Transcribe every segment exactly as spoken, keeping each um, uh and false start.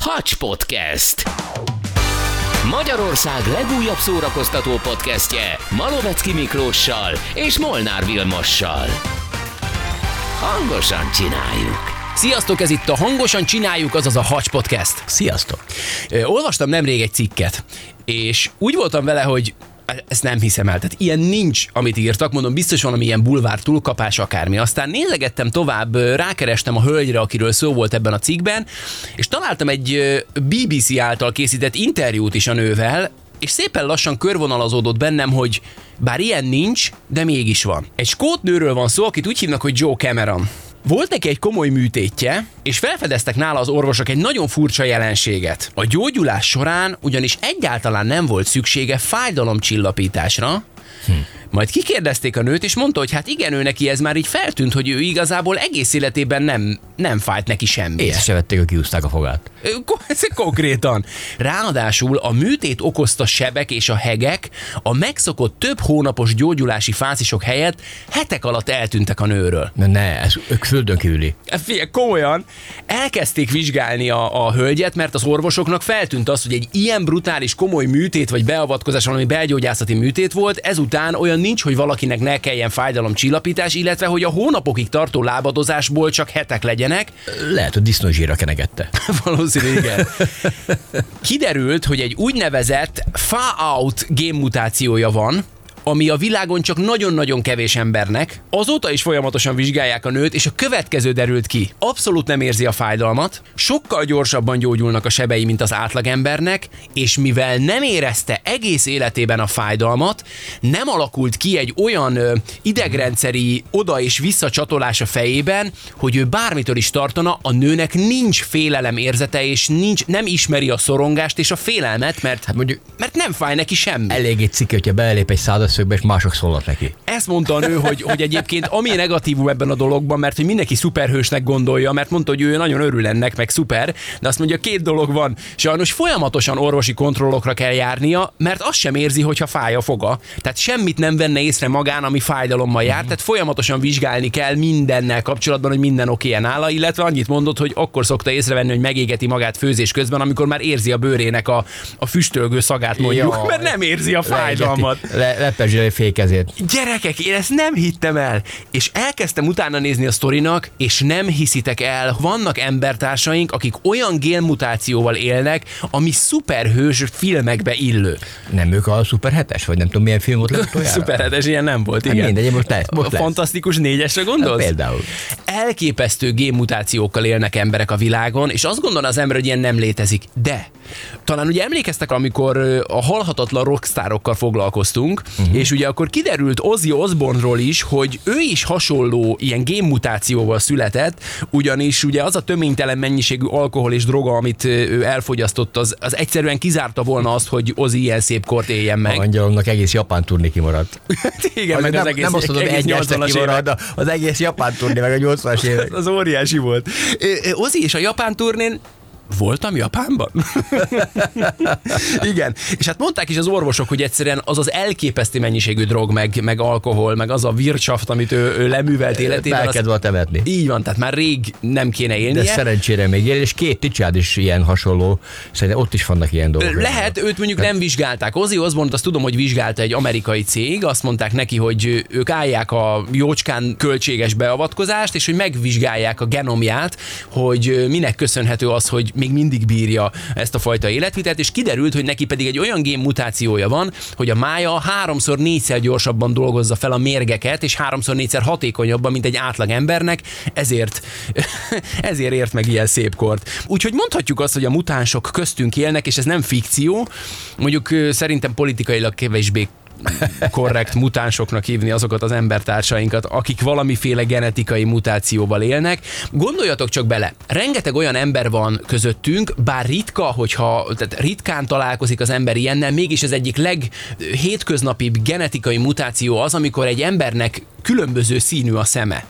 Hacs Podcast. Magyarország legújabb szórakoztató podcastje Malovecki Miklóssal és Molnár Vilmossal. Hangosan csináljuk. Sziasztok, ez itt a Hangosan csináljuk, azaz a Hacs Podcast. Sziasztok. Ö, olvastam nemrég egy cikket, és úgy voltam vele, hogy ezt nem hiszem el. Tehát ilyen nincs, amit írtak, mondom, biztos valami ilyen bulvár túlkapás, akármi. Aztán nézegettem tovább, rákerestem a hölgyre, akiről szó volt ebben a cikkben, és találtam egy bé bé cé által készített interjút is a nővel, és szépen lassan körvonalazódott bennem, hogy bár ilyen nincs, de mégis van. Egy skót nőről van szó, akit úgy hívnak, hogy Joe Cameron. Volt neki egy komoly műtétje, és felfedeztek nála az orvosok egy nagyon furcsa jelenséget. A gyógyulás során ugyanis egyáltalán nem volt szüksége fájdalomcsillapításra, hm. Majd kikérdezték a nőt, és mondta, hogy hát igen, ő neki ez már így feltűnt, hogy ő igazából egész életében nem, nem fájt neki semmi. Észre se vették, hogy kiúzták a fogát. Ez konkrétan. Ráadásul a műtét okozta sebek és a hegek a megszokott több hónapos gyógyulási fázisok helyett hetek alatt eltűntek a nőről. Na ne, ez ők földön kívüli. Figyelj, komolyan, elkezdték vizsgálni a, a hölgyet, mert az orvosoknak feltűnt az, hogy egy ilyen brutális, komoly műtét vagy beavatkozás, valami belgyógyászati műtét volt, ezután olyan nincs, hogy valakinek ne kelljen fájdalomcsillapítás, illetve hogy a hónapokig tartó lábadozásból csak hetek legyenek. Lehet, hogy disznózsírra kenegette. Valószínűleg igen. Kiderült, hogy egy úgynevezett far-out génmutációja van, ami a világon csak nagyon-nagyon kevés embernek. Azóta is folyamatosan vizsgálják a nőt, és a következő derült ki. Abszolút nem érzi a fájdalmat, sokkal gyorsabban gyógyulnak a sebei, mint az átlagembernek, és mivel nem érezte egész életében a fájdalmat, nem alakult ki egy olyan ö, idegrendszeri oda- és visszacsatolás a fejében, hogy ő bármitől is tartana, a nőnek nincs félelem érzete, és nincs, nem ismeri a szorongást és a félelmet, mert, Hát mondjuk, mert nem fáj neki semmi. elég egy cikk, hogyha belép egy szádaszögbe, és mások szólnak neki. Ezt mondta a nő, hogy, hogy egyébként ami negatívum ebben a dologban, mert hogy mindenki szuperhősnek gondolja, mert mondta, hogy ő nagyon örül ennek, meg szuper, de azt mondja, két dolog van. Sajnos folyamatosan orvosi kontrollokra kell járnia, mert azt sem érzi, hogyha fáj a foga. Tehát semmit nem venne észre magán, ami fájdalommal jár, tehát folyamatosan vizsgálni kell mindennel kapcsolatban, hogy minden oké nála, illetve annyit mondott, hogy akkor szokta észrevenni, hogy megégeti magát főzés közben, amikor már érzi a bőrének a, a füstölgő szagát, mondjuk, ja, mert nem érzi a fájdalmat. Le, lepezsélj fékezét. Gyerekek, én ezt nem hittem el, és elkezdtem utána nézni a sztorinak, és nem hiszitek el, vannak embertársaink, akik olyan génmutációval élnek, ami szuperhős filmekbe illő. Nem ők a Szuper hetes, vagy nem tudom milyen film volt legutoljára? Szuper hetes ilyen nem volt, igen. Hát mindegy, most lesz. Most lesz. Fantasztikus négyesre gondolsz? Hát például. Elképesztő génmutációkkal élnek emberek a világon, és azt gondolna az ember, hogy ilyen nem létezik. De talán ugye emlékeztek, amikor a halhatatlan rockstárokkal foglalkoztunk, uh-huh. és ugye akkor kiderült Ozzy Osbourne-ról is, hogy ő is hasonló ilyen génmutációval született, ugyanis ugye az a töménytelen mennyiségű alkohol és droga, amit ő elfogyasztott, az, az egyszerűen kizárta volna azt, hogy Ozzy ilyen szép kort éljen meg. Angyalomnak egész japán turné kimaradt. Igen, meg nem, az egész, nem azt mondom, egy este kimaradt, az egész japán turné, meg a nyolcvanas évek. Az óriási volt. Ozzy és a japán turnén voltam Japánban? Igen. És hát mondták is az orvosok, hogy egyszerűen az az elképesztő mennyiségű drog, meg, meg alkohol, meg az a Wirtschaft, amit ő, ő leművelt életében. Belkedve a temetni. Így van, tehát már rég nem kéne élnie. De szerencsére még él, és két ticsád is ilyen hasonló. Szerintem ott is vannak ilyen dolgok. Lehet, őt mondjuk nem vizsgálták. Ozzy Osbourne-t azt tudom, hogy vizsgálta egy amerikai cég, azt mondták neki, hogy ők állják a jócskán költséges beavatkozást, és hogy megvizsgálják a genomját, hogy minek köszönhető az, hogy még mindig bírja ezt a fajta életvitelt, és kiderült, hogy neki pedig egy olyan génmutációja van, hogy a mája háromszor négyszer gyorsabban dolgozza fel a mérgeket, és háromszor négyszer hatékonyabban, mint egy átlag embernek, ezért, ezért ért meg ilyen szép kort. Úgyhogy mondhatjuk azt, hogy a mutánsok köztünk élnek, és ez nem fikció, mondjuk szerintem politikailag kevésbé korrekt mutánsoknak hívni azokat az embertársainkat, akik valamiféle genetikai mutációval élnek. Gondoljatok csak bele, rengeteg olyan ember van közöttünk, bár ritka, hogyha tehát ritkán találkozik az ember ilyennel, mégis az egyik leghétköznapibb genetikai mutáció az, amikor egy embernek különböző színű a szeme.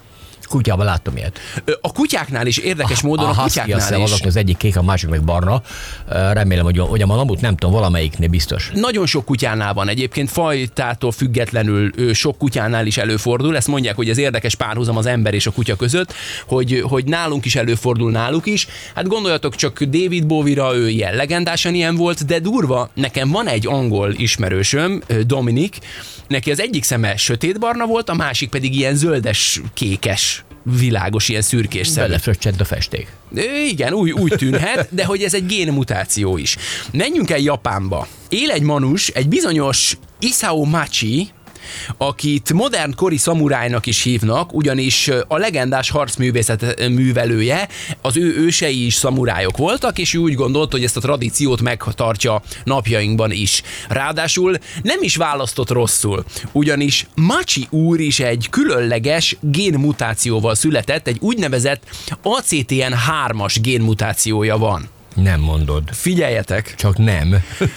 Kutyában láttam ilyet. A kutyáknál is érdekes módon, a, a kutyáknál is. Az egyik kék, a másik meg barna. Remélem, hogy, hogy a malamut nem tudom, valamelyiknél biztos. Nagyon sok kutyánál van egyébként, fajtától függetlenül sok kutyánál is előfordul. Ezt mondják, hogy ez érdekes párhuzam az ember és a kutya között, hogy, hogy nálunk is előfordul, náluk is. Hát gondoljatok csak David Bowie-ra, ő ilyen legendásan ilyen volt, de durva, nekem van egy angol ismerősöm, Dominik, neki az egyik szeme sötétbarna volt, a másik pedig ilyen zöldes, kékes, világos, ilyen szürkés szem. Belefröccsent a festék. Igen, úgy, úgy tűnhet, de hogy ez egy génmutáció is. Menjünk el Japánba. Él egy manus, egy bizonyos Isao Machi, akit modern kori szamurájnak is hívnak, ugyanis a legendás harcművészet művelője, az ő ősei is szamurájok voltak, és ő úgy gondolt, hogy ezt a tradíciót megtartja napjainkban is. Ráadásul nem is választott rosszul, ugyanis Machi úr is egy különleges génmutációval született, egy úgynevezett á cé té en hármas génmutációja van. Nem mondod. Figyeljetek! Csak nem.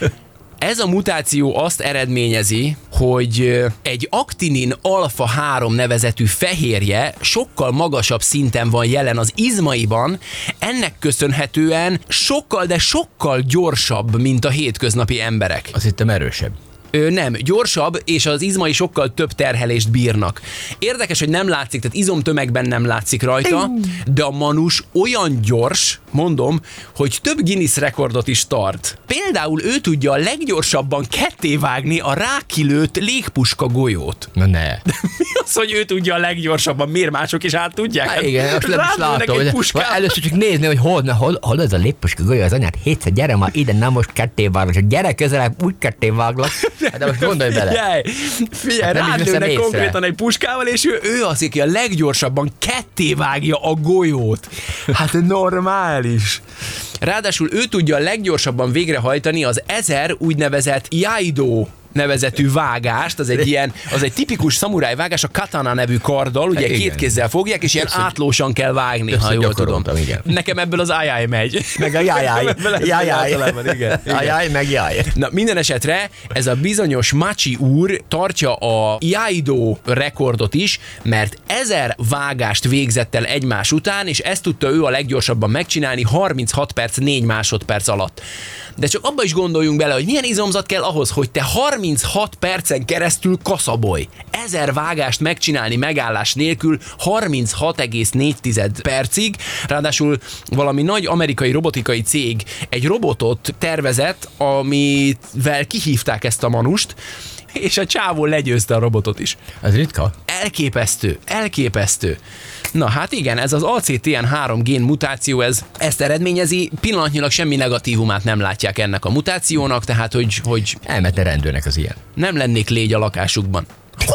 Ez a mutáció azt eredményezi, hogy egy aktinin alfa három nevezetű fehérje sokkal magasabb szinten van jelen az izmaiban, ennek köszönhetően sokkal, de sokkal gyorsabb, mint a hétköznapi emberek. Azt hittem erősebb. Ö, nem, gyorsabb, és az izmai sokkal több terhelést bírnak. Érdekes, hogy nem látszik, tehát izomtömegben nem látszik rajta, de a manus olyan gyors, mondom, hogy több Guinness rekordot is tart. Például ő tudja a leggyorsabban kettévágni a rákilőtt légpuska golyót. Na ne. De mi az, hogy ő tudja a leggyorsabban? Miért mások is át tudják? Hát igen, most nem is látom. Hogy először csak nézni, hogy hol, hol, hol ez a légpuska golyó az anyát. Hétszer, gyere már ide, nem most kettéváglak. Gyere közelebb, úgy kettéváglak. Hát de most gondolj bele. Figyelj, figyelj hát rádlőnek konkrétan egy puskával, és ő, ő az, aki a leggyorsabban kettévágja a golyót. Hát normális. Ráadásul ő tudja a leggyorsabban végrehajtani az ezer úgynevezett Jaido nevezetű vágást, az egy ilyen, az egy tipikus szamuráj vágás, a katana nevű karddal, ugye igen. két kézzel fogják, és ilyen átlósan kell vágni, ha jól tudom. Igen. Nekem ebből az ájáj megy. Meg a jájáj. Jájáj. Igen. Jájáj, meg jáj. Na, minden esetre ez a bizonyos Machi úr tartja a Jaido rekordot is, mert ezer vágást végzett el egymás után, és ezt tudta ő a leggyorsabban megcsinálni harminchat perc, négy másodperc alatt. De csak abba is gondoljunk bele, hogy milyen izomzat kell ahhoz, hogy te harminchat percen keresztül kaszabolj. Ezer vágást megcsinálni megállás nélkül harminchat egész négy percig. Ráadásul valami nagy amerikai robotikai cég egy robotot tervezett, amivel kihívták ezt a manust, és a csávó legyőzte a robotot is. Ez ritka? Elképesztő, elképesztő. Na hát igen, ez az á cé té en három gén mutáció, ez ezt eredményezi, pillanatnyilag semmi negatívumát nem látják ennek a mutációnak, tehát hogy, hogy elmetne rendőrnek az ilyen. nem lennék légy a lakásukban.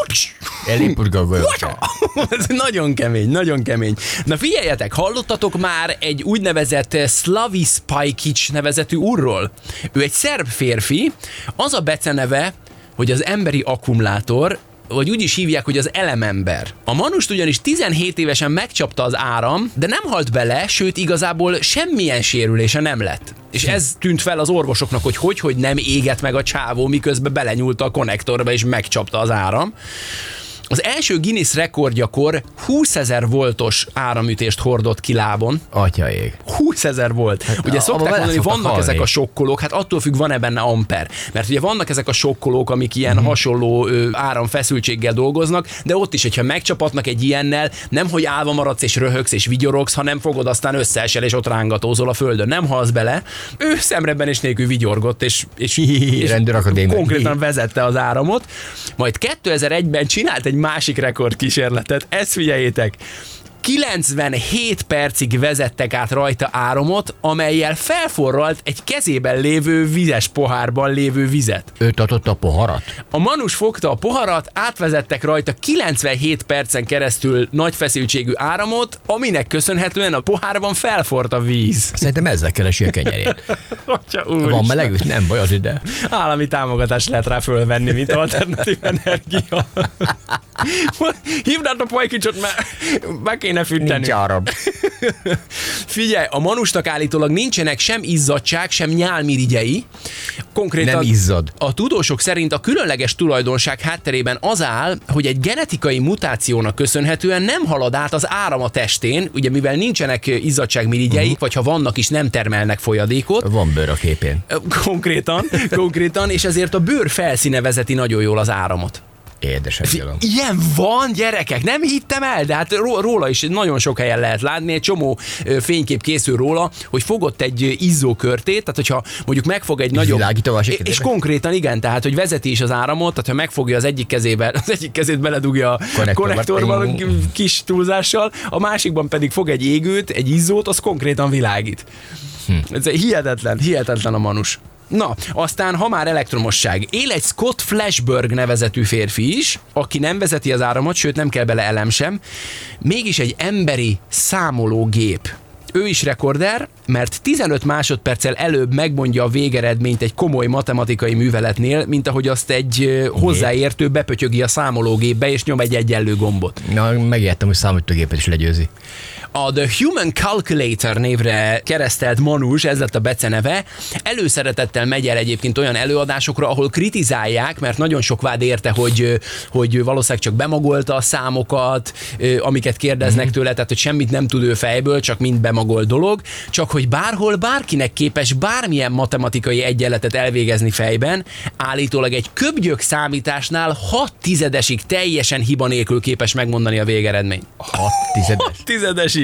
Ez nagyon kemény, nagyon kemény. Na figyeljetek, hallottatok már egy úgynevezett Slavi Spajkic nevezetű úrról? Ő egy szerb férfi, az a beceneve, hogy az emberi akkumulátor, vagy úgy is hívják, hogy az elemember. A manust ugyanis tizenhét évesen megcsapta az áram, de nem halt bele, sőt igazából semmilyen sérülése nem lett. És ez tűnt fel az orvosoknak, hogy hogy, hogy nem égett meg a csávó, miközben belenyúlt a konnektorba és megcsapta az áram. Az első Guinness rekordjakor húszezer voltos áramütést hordott ki lábon. Atyaég. húszezer volt. Hát, ugye szokták mondani, hogy vannak halni. Ezek a sokkolók, hát attól függ, van-e benne amper. Mert ugye vannak ezek a sokkolók, amik ilyen mm-hmm. hasonló ö, áramfeszültséggel dolgoznak, de ott is, hogyha megcsapatnak egy ilyennel, nem hogy állva maradsz és röhögsz és vigyorogsz, hanem fogod, aztán összeesel és ott rángatózol a földön. Nem halsz bele. Ő szemrebben és nélkül vigyorgott, és, és, és konkrétan vezette az áramot. Majd kétezer-egyben csinált egy másik rekordkísérletet, ezt figyeljétek, kilencvenhét percig vezettek át rajta áramot, amellyel felforralt egy kezében lévő vizes pohárban lévő vizet. Ő tartotta a poharat? A manus fogta a poharat, átvezettek rajta kilencvenhét percen keresztül nagy feszültségű áramot, aminek köszönhetően a pohárban felforrt a víz. Szerintem ezzel keresi a kenyerét. Van melegüt? Nem baj, az ide. Állami támogatást lehet rá fölvenni, mint alternatív energia. Hívnád a Pajkicsot, mert be kéne kéne fűteni. Nincs áram. Figyelj, a manusnak állítólag nincsenek sem izzadság, sem nyálmirigyei. Konkrétan nem izzad. A tudósok szerint a különleges tulajdonság hátterében az áll, hogy egy genetikai mutációnak köszönhetően nem halad át az áram a testén, ugye mivel nincsenek izzadságmirigyei, uh-huh. vagy ha vannak is, nem termelnek folyadékot. Van bőr a képén. Konkrétan, konkrétan, és ezért a bőr felszíne vezeti nagyon jól az áramot. Édes F- Ilyen van, gyerekek, nem hittem el, de hát róla is nagyon sok helyen lehet látni, egy csomó fénykép készül róla, hogy fogott egy izzókörtét, tehát hogyha mondjuk megfog egy nagyobb... És, és konkrétan igen, tehát hogy vezeti is az áramot, tehát ha megfogja az egyik kezébe, az egyik kezét beledugja a konnektorban kis túlzással, a másikban pedig fog egy égőt, egy izzót, az konkrétan világít. Hm. Ez hihetetlen, hihetetlen a manus. Na, aztán, ha már elektromosság, él egy Scott Flashberg nevezetű férfi is, aki nem vezeti az áramot, sőt nem kell bele elem sem, mégis egy emberi számológép. Ő is rekorder, mert tizenöt másodperccel előbb megmondja a végeredményt egy komoly matematikai műveletnél, mint ahogy azt egy hozzáértő bepötyögi a számológépbe, és nyom egy egyenlő gombot. Na, megértem, hogy számítógépet is legyőzi. A The Human Calculator névre keresztelt manus, ez lett a beceneve, előszeretettel megy el egyébként olyan előadásokra, ahol kritizálják, mert nagyon sok vád érte, hogy, hogy valószínűleg csak bemagolta a számokat, amiket kérdeznek mm-hmm. tőle, tehát hogy semmit nem tud ő fejből, csak mind bemagolt dolog, csak hogy bárhol bárkinek képes bármilyen matematikai egyenletet elvégezni fejben, állítólag egy köbgyök számításnál hat tizedesig teljesen hiba nélkül képes megmondani a végeredményt. Hat tizedes? Hat tizedesig.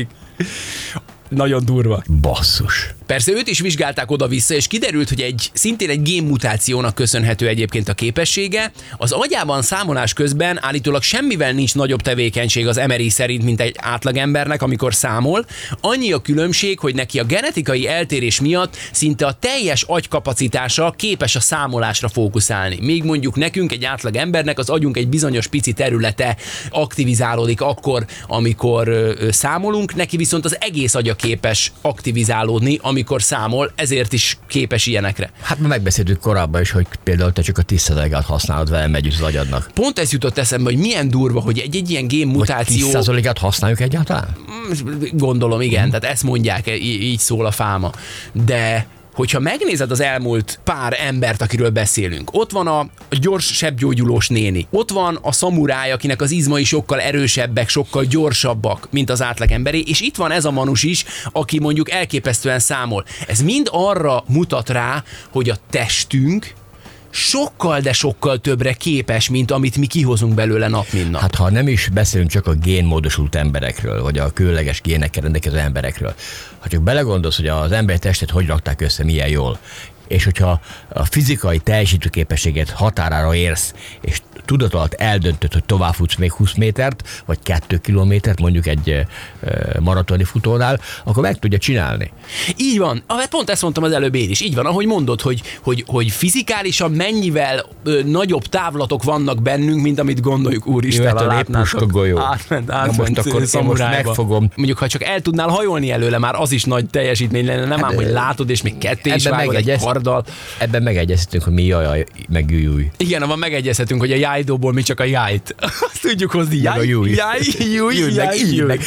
Nagyon durva. Basszus. Persze őt is vizsgálták oda-vissza, és kiderült, hogy egy szintén egy génmutációnak köszönhető egyébként a képessége. Az agyában számolás közben állítólag semmivel nincs nagyobb tevékenység az em er i szerint, mint egy átlagembernek, amikor számol. Annyi a különbség, hogy neki a genetikai eltérés miatt szinte a teljes agykapacitása képes a számolásra fókuszálni. Még mondjuk nekünk, egy átlagembernek az agyunk egy bizonyos pici területe aktivizálódik akkor, amikor ö, számolunk, neki viszont az egész agya képes aktivizálódni, amikor számol, ezért is képes ilyenekre. Hát mi megbeszéltük korábban is, hogy például te csak a tíz százalékát használod, vele megy az agyadnak. Pont ez jutott eszembe, hogy milyen durva, hogy egy-egy ilyen génmutáció... tíz százalékát használjuk egyáltalán? Gondolom, igen, hmm. tehát ezt mondják, így szól a fáma. De... hogyha megnézed az elmúlt pár embert, akiről beszélünk, ott van a gyors sebgyógyulós néni, ott van a szamuráj, akinek az izmai sokkal erősebbek, sokkal gyorsabbak, mint az átlagemberé, és itt van ez a manus is, aki mondjuk elképesztően számol. Ez mind arra mutat rá, hogy a testünk sokkal, de sokkal többre képes, mint amit mi kihozunk belőle nap, mint nap. Hát ha nem is beszélünk csak a génmódosult emberekről, vagy a különleges génekkel rendelkező emberekről, ha csak belegondolsz, hogy az ember testet hogy rakták össze, milyen jól, és hogyha a fizikai teljesítőképességet határára érsz, és tudat alatt eldöntöd, hogy tovább futsz még húsz métert, vagy kettő kilométert, mondjuk egy maratoni futónál, akkor meg tudja csinálni. Így van. Pont ezt mondtam az előbb én is. Így van, ahogy mondod, hogy, hogy, hogy fizikálisan mennyivel ö, nagyobb távlatok vannak bennünk, mint amit gondoljuk, úristen, a látnátok. Golyó. Átment, átment most akkor most megfogom. Mondjuk, ha csak el tudnál hajolni előle, már az is nagy teljesítmény lenne, nem ám, hogy látod, és még ketté is vágod egy karddal. Ebben megegyezhetünk, hogy mi jaj, meg júj. Igen, abban megegyezhetünk, hogy a jájdóból mi csak a jájt. Azt tudjuk hozni. Jáj, júj. Jáj, júj, jáj, júj.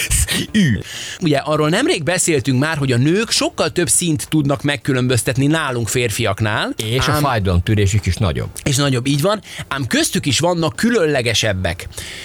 Ugye arról nemrég beszéltünk már, hogy a nők sokkal több szint tudnak megkülönböztetni nálunk férfiaknál. És ám, a fájdalomtűrésük is nagyobb. És nagyobb, így van. Ám köztük is vannak különlegesebbek.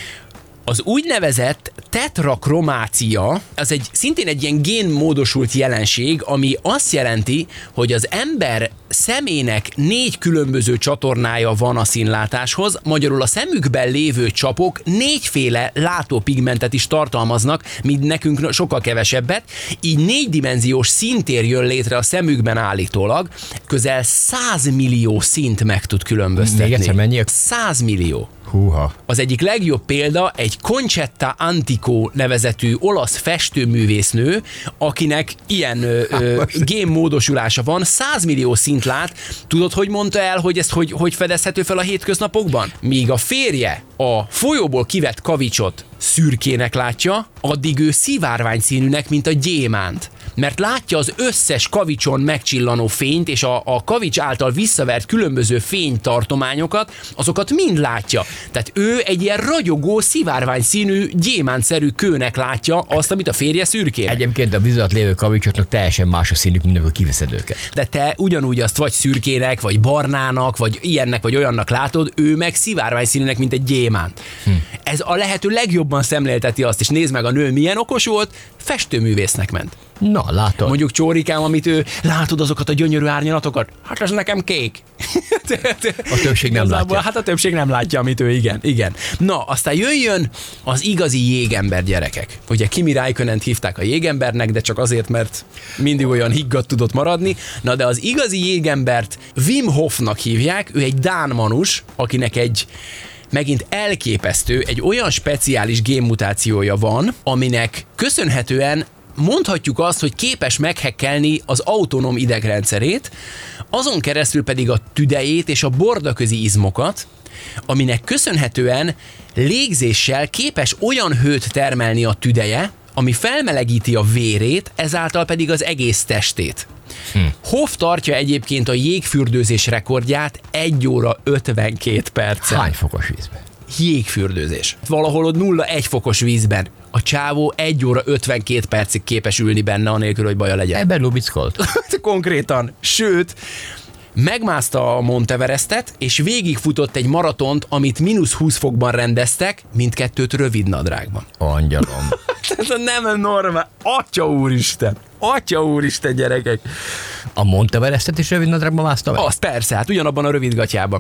Az úgynevezett tetrakromácia, az egy szintén egy ilyen génmódosult jelenség, ami azt jelenti, hogy az ember szemének négy különböző csatornája van a színlátáshoz, magyarul a szemükben lévő csapok négyféle látópigmentet is tartalmaznak, mint nekünk sokkal kevesebbet, így négydimenziós színtér jön létre a szemükben állítólag, közel száz millió színt meg tud különböztetni. Még egyszer mennyi? száz millió. Húha. Az egyik legjobb példa egy Concetta Antico nevezetű olasz festőművésznő, akinek ilyen ö, ö, génmódosulása van, száz millió szint lát. Tudod, hogy mondta el, hogy ezt hogy, hogy fedezhető fel a hétköznapokban? Míg a férje a folyóból kivett kavicsot szürkének látja, addig ő szivárvány színűnek, mint a gyémánt. mert látja az összes kavicson megcsillanó fényt, és a, a kavics által visszavert különböző fénytartományokat, azokat mind látja. Tehát ő egy ilyen ragyogó, szivárvány színű, gyémántszerű kőnek látja azt, amit a férje szürkének. Egyébként a víz alatt lévő kavicsoknak teljesen más a színük, mint amikor kiveszed őket. De te ugyanúgy azt vagy szürkének, vagy barnának, vagy ilyennek, vagy olyannak látod, ő meg szivárvány színűnek, mint egy gyémánt. Hm. Ez a lehető legjobban szemlélteti azt, és nézd meg, a nő milyen okos volt, festőművésznek ment. Na, látod. Mondjuk Csórikám, amit ő, látod azokat a gyönyörű árnyalatokat? Hát ez nekem kék. A többség nem látja. Hát a többség nem látja, amit ő, igen, igen. Na, aztán jöjjön az igazi jégember, gyerekek. Ugye Kimi Räikkönent hívták a jégembernek, de csak azért, mert mindig olyan higgadt tudott maradni. Na, de az igazi jégembert Wim Hofnak hívják, ő egy dán manus, akinek egy megint elképesztő, egy olyan speciális génmutációja van, aminek köszönhetően mondhatjuk azt, hogy képes meghekkelni az autonóm idegrendszerét, azon keresztül pedig a tüdejét és a bordaközi izmokat, aminek köszönhetően légzéssel képes olyan hőt termelni a tüdeje, ami felmelegíti a vérét, ezáltal pedig az egész testét. Hm. Hoff tartja egyébként a jégfürdőzés rekordját egy óra ötvenkét percen. Hány fokos vízben? Jégfürdőzés. Valahol ott nulla egy fokos vízben. A csávó egy óra ötvenkét percig képes ülni benne, anélkül, hogy baja legyen. Ebben lubickolt. Konkrétan. Sőt, megmászta a Monteverestet, és végigfutott egy maratont, amit mínusz húsz fokban rendeztek, mindkettőt rövid nadrágban. Angyalom. Ez nem normál. Atya úristen. Atya úristen, gyerekek. A Monteverestet is rövid nadrágban mászta meg? Azt persze, hát ugyanabban a rövidgatjában.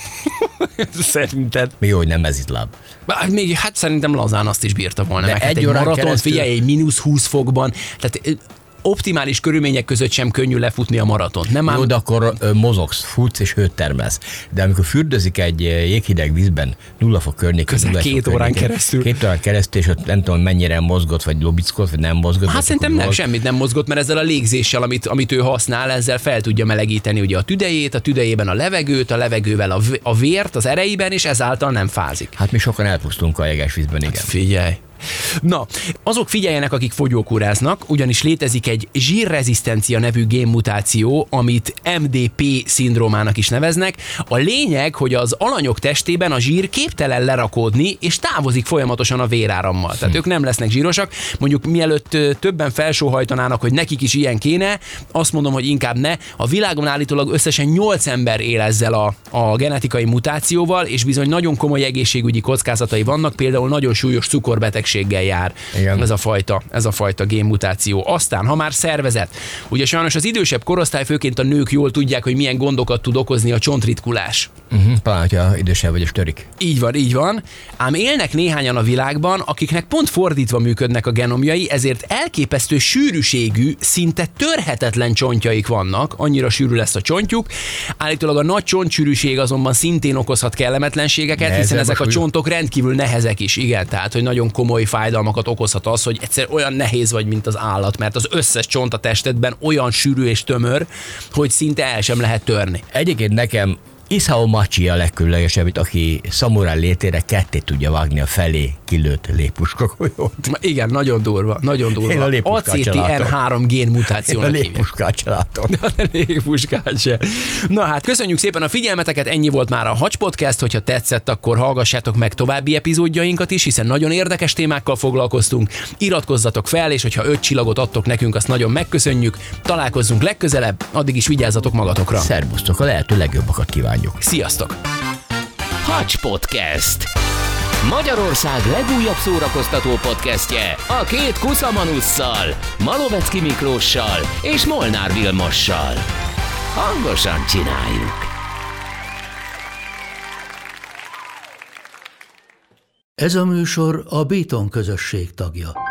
Szerinted? Mi jó, hogy nem mezitláb. Még, hát szerintem lazán azt is bírta volna. De meg. egy Hát egy órán maraton, keresztül... figyelj, egy mínusz húsz fokban. Tehát optimális körülmények között sem könnyű lefutni a maratont. Nem Jó, ám... de akkor mozogsz, futsz és hőt termelsz. De amikor fürdözik egy jéghideg vízben, nulla fok környékén, közel két fok órán környékén, keresztül. Két órán keresztül, és ott nem tudom, mennyire mozgott, vagy lobickolt, vagy nem mozgott. Hát szerintem nem, semmit nem mozgott, mert ezzel a légzéssel, amit, amit ő használ, ezzel fel tudja melegíteni ugye a tüdejét, a tüdejében a levegőt, a levegővel a, a vért az ereiben, és ezáltal nem fázik. Hát mi sokan elpusztulunk a jeges vízben, igen. Hát figyelj. Na, azok figyeljenek, akik fogyókúráznak, ugyanis létezik egy zsírrezisztencia nevű génmutáció, amit em dé pé szindrómának is neveznek. A lényeg, hogy az alanyok testében a zsír képtelen lerakódni, és távozik folyamatosan a vérárammal. Tehát hm. ők nem lesznek zsírosak. Mondjuk mielőtt többen felsóhajtanának, hogy nekik is ilyen kéne, azt mondom, hogy inkább ne. A világon állítólag összesen nyolc ember él ezzel a, a genetikai mutációval, és bizony nagyon komoly egészségügyi kockázatai vannak, például nagyon súlyos cukorbetegség jár ez a fajta, ez a fajta génmutáció. Aztán, ha már szervezet, ugye sajnos az idősebb korosztály, főként a nők jól tudják, hogy milyen gondokat tud okozni a csontritkulás. Uh-huh, talán, hogyha idősebb vagy és törik. Így van, így van. Ám élnek néhányan a világban, akiknek pont fordítva működnek a genomjai, ezért elképesztő sűrűségű, szinte törhetetlen csontjaik vannak, annyira sűrű lesz a csontjuk. Állítólag a nagy csontsűrűség azonban szintén okozhat kellemetlenségeket, Nehezebb hiszen ezek a csontok rendkívül nehezek is, igen, tehát hogy nagyon komoly fájdalmakat okozhat az, hogy egyszer olyan nehéz vagy, mint az állat, mert az összes csont a testedben olyan sűrű és tömör, hogy szinte el sem lehet törni. Egyébként nekem Isao Machi a legkülönlegesebb, itt, aki szamurái létére ketté tudja vágni a felé kilőtt légpuskagolyót. Igen, nagyon durva, nagyon durva. Én a légpuskát á cé té en három génmutációnak hívják. A légpuskát se látom. A légpuskát se. Na hát, köszönjük szépen a figyelmeteket, ennyi volt már a Hacs Podcast, hogyha tetszett, akkor hallgassátok meg további epizódjainkat is, hiszen nagyon érdekes témákkal foglalkoztunk. Iratkozzatok fel, és hogyha öt csillagot adtok nekünk, azt nagyon megköszönjük. Találkozzunk legközelebb, addig is vigyázzatok magatokra. Szerbusztok, a lehető legjobbakat kívánjuk. Sziasztok! Hacs Podcast. Magyarország legújabb szórakoztató podcastje a két kuszamanusszal, Malovecki Miklóssal és Molnár Vilmossal. Hangosan csináljuk! Ez a műsor a Béton közösség tagja.